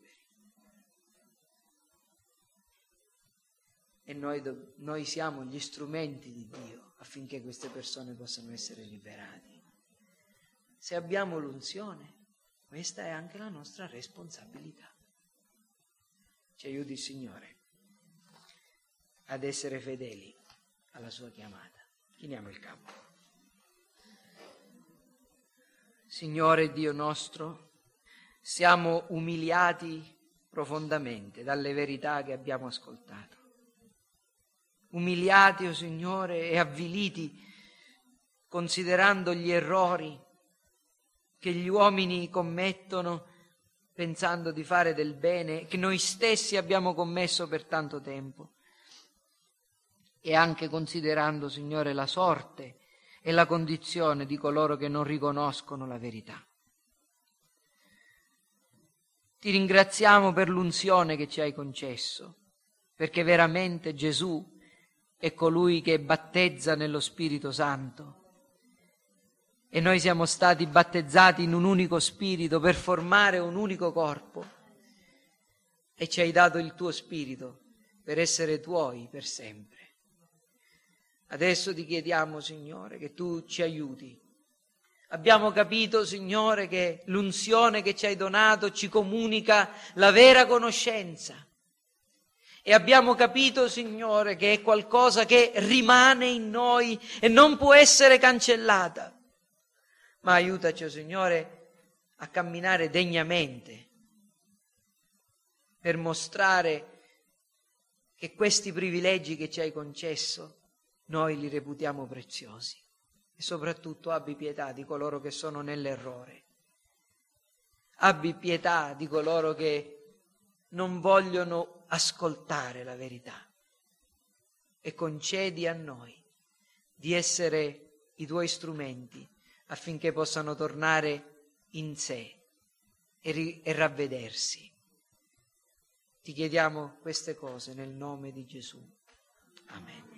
E noi, do, noi siamo gli strumenti di Dio affinché queste persone possano essere liberati. Se abbiamo l'unzione, questa è anche la nostra responsabilità. Ci aiuti il Signore ad essere fedeli alla sua chiamata. Chiniamo il capo. Signore Dio nostro, siamo umiliati profondamente dalle verità che abbiamo ascoltato. Umiliati, o oh Signore, e avviliti, considerando gli errori che gli uomini commettono pensando di fare del bene, che noi stessi abbiamo commesso per tanto tempo, e anche considerando, Signore, la sorte e la condizione di coloro che non riconoscono la verità. Ti ringraziamo per l'unzione che ci hai concesso, perché veramente Gesù è colui che battezza nello Spirito Santo e noi siamo stati battezzati in un unico Spirito per formare un unico corpo, e ci hai dato il tuo Spirito per essere tuoi per sempre. Adesso ti chiediamo, Signore, che tu ci aiuti. Abbiamo capito, Signore, che l'unzione che ci hai donato ci comunica la vera conoscenza. E abbiamo capito, Signore, che è qualcosa che rimane in noi e non può essere cancellata. Ma aiutaci, Signore, a camminare degnamente per mostrare che questi privilegi che ci hai concesso noi li reputiamo preziosi. E soprattutto abbi pietà di coloro che sono nell'errore. Abbi pietà di coloro che non vogliono ascoltare la verità. E concedi a noi di essere i tuoi strumenti affinché possano tornare in sé e, ri- e ravvedersi. Ti chiediamo queste cose nel nome di Gesù. Amen.